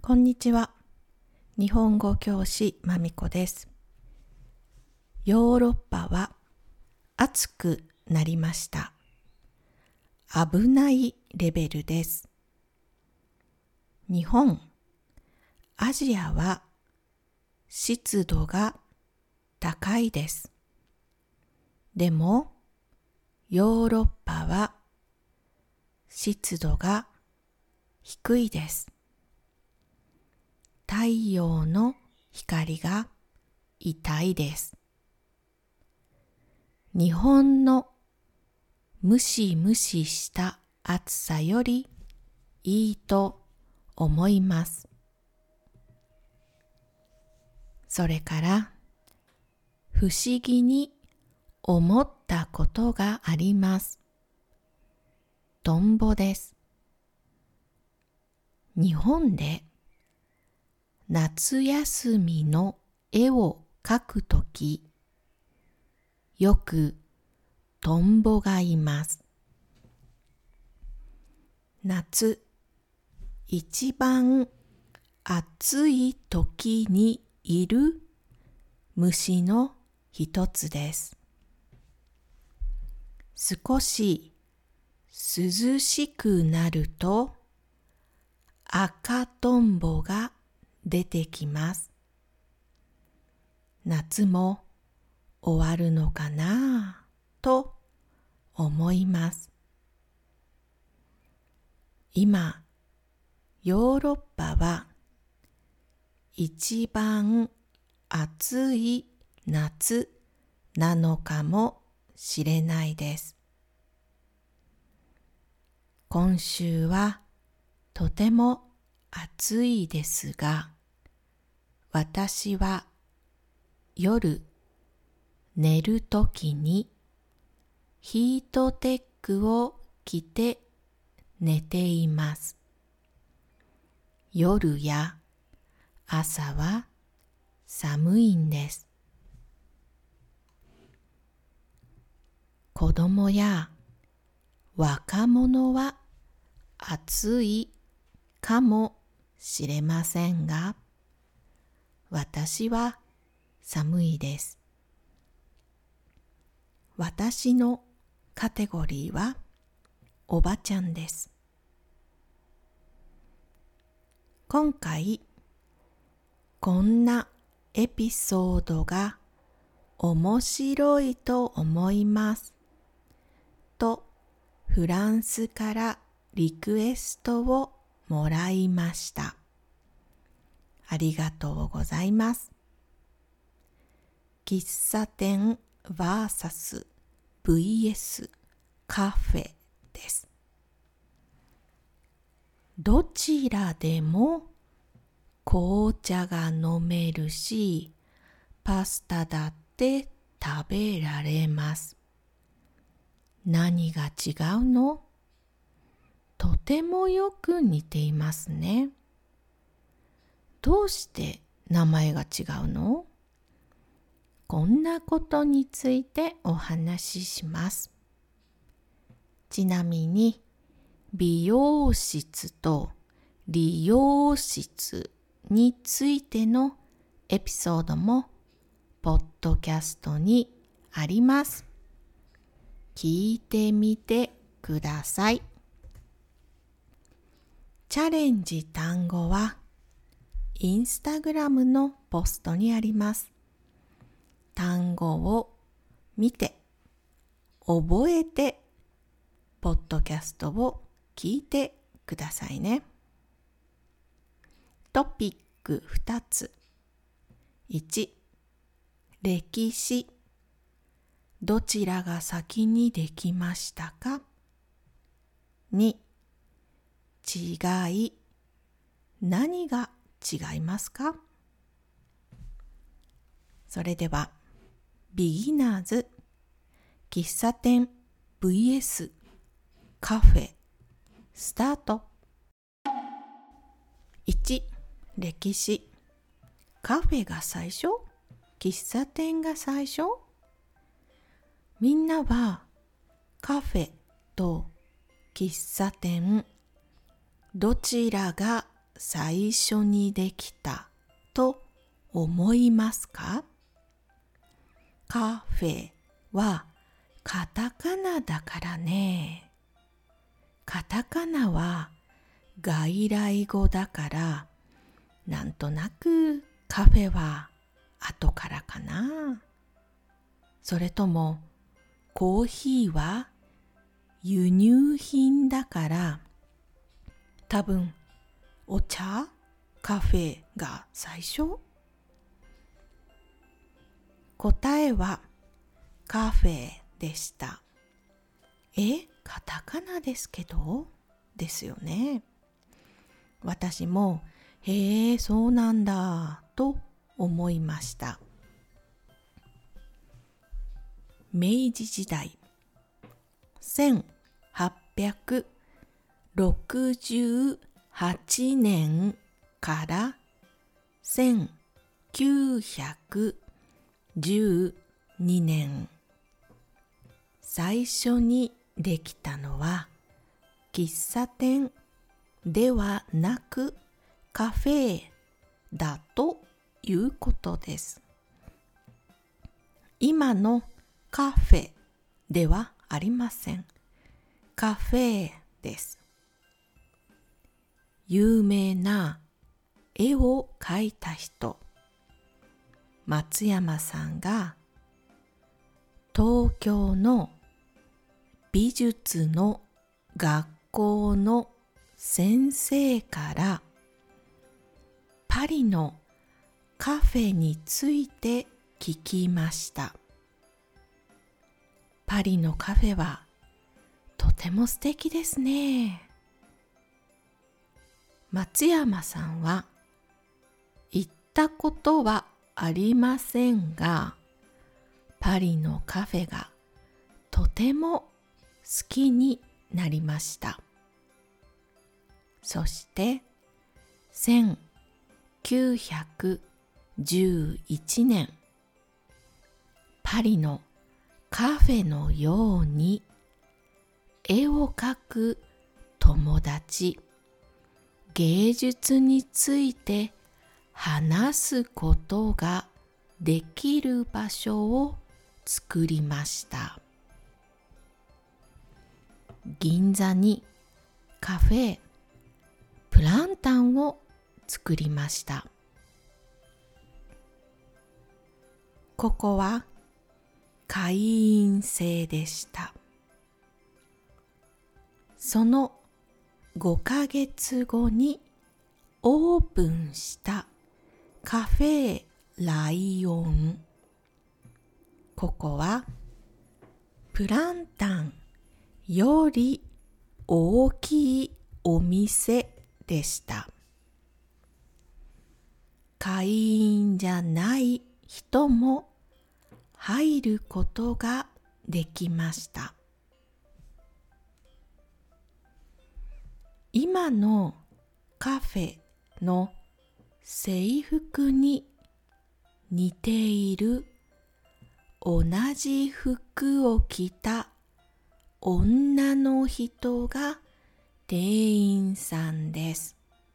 こんにちは。日本語教師まみこです。ヨーロッパは暑くなりました。危ないレベルです。日本、アジアは湿度が高いです。でも、ヨーロッパは湿度が低いです。太陽の光が痛いです。日本のムシムシした暑さよりいいと思います。それから不思議に思ったことがあります。トンボです。日本で夏休みの絵を描くとき、よくトンボがいます。夏、一番暑い時にいる虫の一つです。少し涼しくなると赤トンボが出てきます。夏も終わるのかなと思います。今、ヨーロッパは一番暑い夏なのかもしれないです。今週はとても暑いですが、私は夜寝るときにヒートテックを着て寝ています。夜や朝は寒いんです。子供や若者は暑いかもしれませんが、私は寒いです。私のカテゴリーはおばちゃんです。今回、こんなエピソードが面白いと思いますとフランスからリクエストをもらいました。ありがとうございます。喫茶店 vs vs カフェです。どちらでも紅茶が飲めるし、パスタだって食べられます。何が違うの？とてもよく似ていますね。どうして名前が違うの？こんなことについてお話しします。ちなみに、美容室と理容室についてのエピソードもポッドキャストにあります。聞いてみてください。チャレンジ単語はインスタグラムのポストにあります。単語を見て覚えてポッドキャストを聞いてくださいね。トピック2つ。1、歴史。どちらが先にできましたか？ 2、違い。何が違いますか？それでは、ビギナーズ、喫茶店 vs カフェ、スタート。1、歴史。カフェが最初？喫茶店が最初？みんなはカフェと喫茶店どちらが最初にできたと思いますか？カフェはカタカナだからね。カタカナは外来語だから、なんとなくカフェは後からかな。それともコーヒーは輸入品だから、多分お茶、カフェが最初？答えはカフェでした。カタカナですけどですよね。私もへえ、そうなんだと思いました。明治時代、1868年から1912年、最初にできたのは喫茶店ではなくカフェだということです。今のカフェではありません。カフェです。有名な絵を描いた人、松山さんが東京の美術の学校の先生からパリのカフェについて聞きました。パリのカフェはとても素敵ですね。松山さんは行ったことはありませんが、パリのカフェがとても好きになりました。そして1911年、パリのカフェのように絵を描く友達、芸術について話すことができる場所を作りました。銀座にカフェプランタンを作りました。ここは会員制でした。その5ヶ月後にオープンしたカフェライオン。ここはプランタンより大きいお店でした。会員じゃない人も入ることができました。今のカフェの制服に似ている同じ服を着た女の人が店員さんです。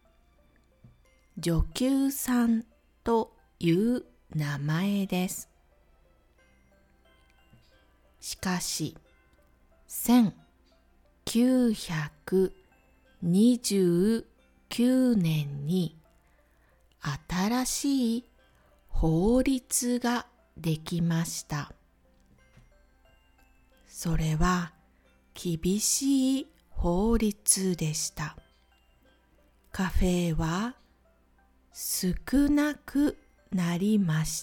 女給さんという名前です。しかし、1929年に新しい法律ができました。それは厳しい法律でした。カフェは少なくなりました。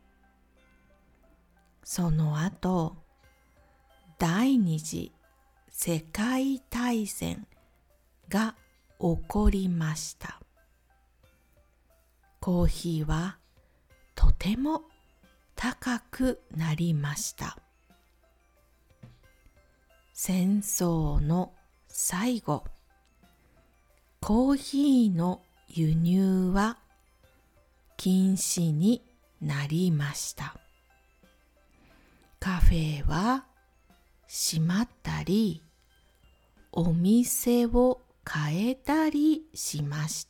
その後、第二次世界大戦が起こりました。コーヒーはとても高くなりました。戦争の最後、コーヒーの輸入は禁止になりました。カフェは閉まったり、お店を変えたりしました。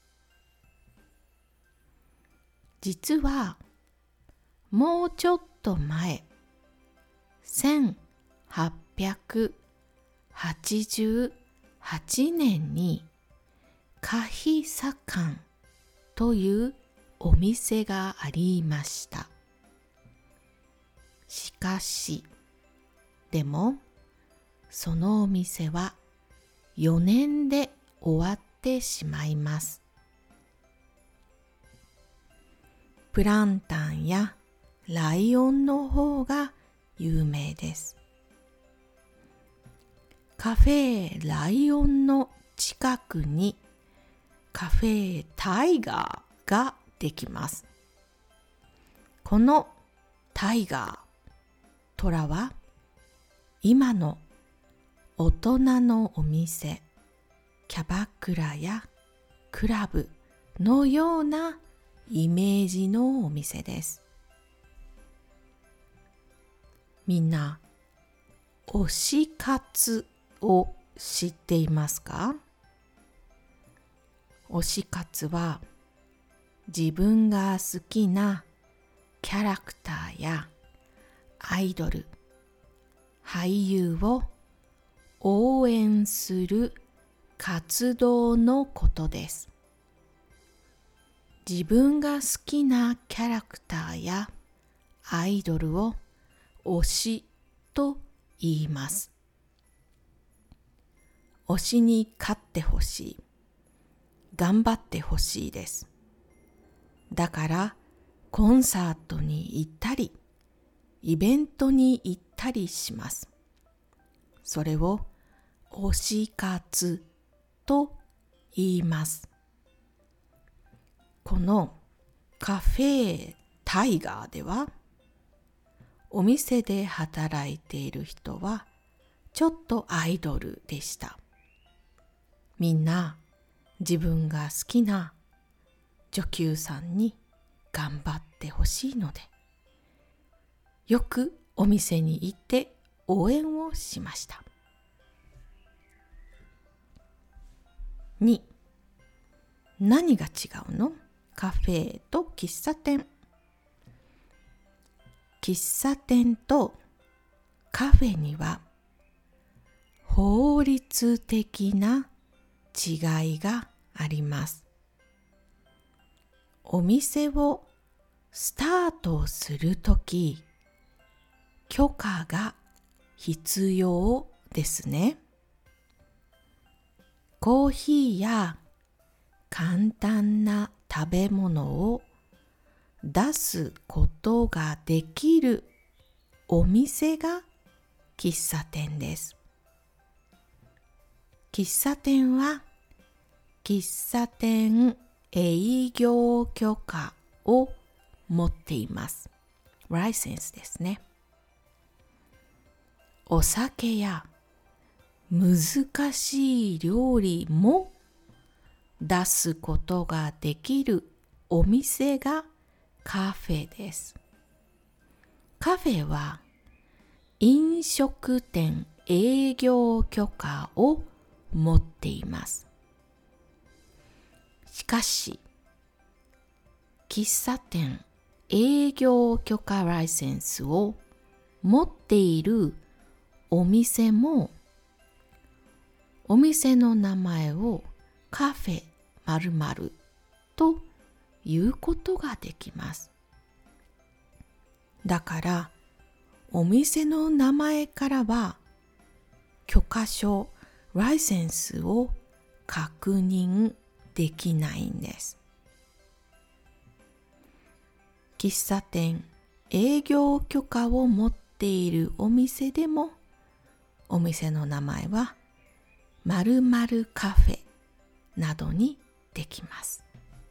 実はもうちょっと前、1888年にカヒサカンというお店がありました。しかし、でもそのお店は4年で終わってしまいます。プランタンやライオンの方が有名です。カフェライオンの近くにカフェタイガーができます。このタイガー、トラは今の大人のお店、キャバクラやクラブのようなイメージのお店です。みんな、推し活を知っていますか？推し活は自分が好きなキャラクターやアイドル、俳優を応援する活動のことです。自分が好きなキャラクターやアイドルを推しと言います。推しに勝ってほしい、頑張ってほしいです。だからコンサートに行ったり、イベントに行ったりします。それを推し活と言います。このカフェタイガーでは、お店で働いている人はちょっとアイドルでした。みんな自分が好きな女優さんに頑張ってほしいので、よくお店に行って応援をしました。2、何が違うの？カフェと喫茶店。喫茶店とカフェには法律的な違いがあります。お店をスタートするとき、許可が必要ですね。コーヒーや簡単な食べ物を出すことができるお店が喫茶店です。喫茶店は喫茶店営業許可を持っています。ライセンスですね。お酒や難しい料理も出すことができるお店がカフェです。カフェは飲食店営業許可を持っています。しかし、喫茶店営業許可ライセンスを持っているお店も、お店の名前をカフェ〇〇ということができます。だから、お店の名前からは許可証、ライセンスを確認できないんです。喫茶店営業許可を持っているお店でも、お店の名前は〇〇カフェなどにできます。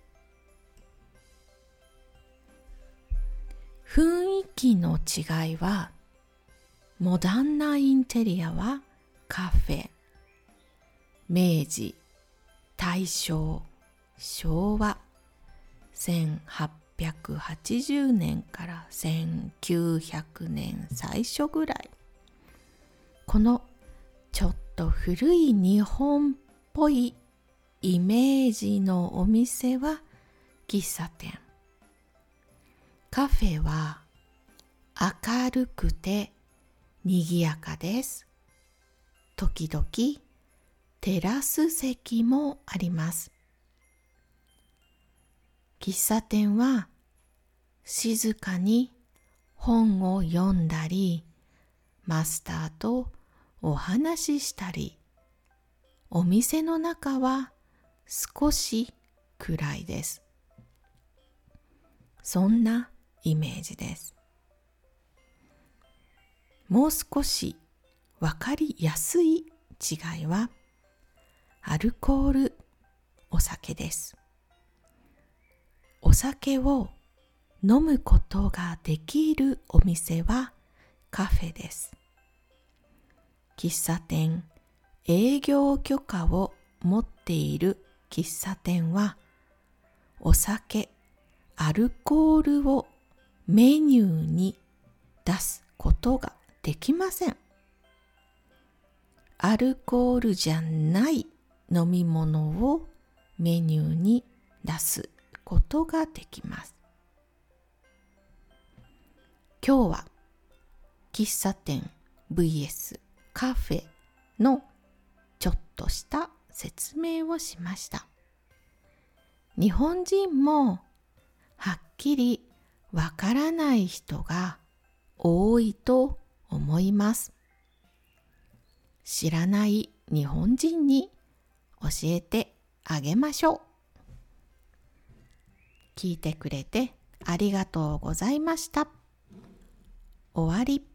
雰囲気の違いは、モダンなインテリアはカフェ、明治、大正、昭和、1880年から1900年最初ぐらい、このちょっと古い日本っぽいイメージのお店は喫茶店。カフェは明るくて賑やかです。時々テラス席もあります。喫茶店は静かに本を読んだり、マスターとお話ししたり、お店の中は少し暗いです。そんなイメージです。もう少しわかりやすい違いは、アルコール、お酒です。お酒を飲むことができるお店はカフェです。喫茶店、営業許可を持っている喫茶店は、お酒、アルコールをメニューに出すことができません。アルコールじゃない飲み物をメニューに出すことができます。今日は喫茶店 vs カフェのちょっとした説明をしました。日本人もはっきりわからない人が多いと思います。知らない日本人に教えてあげましょう。聞いてくれてありがとうございました。終わり。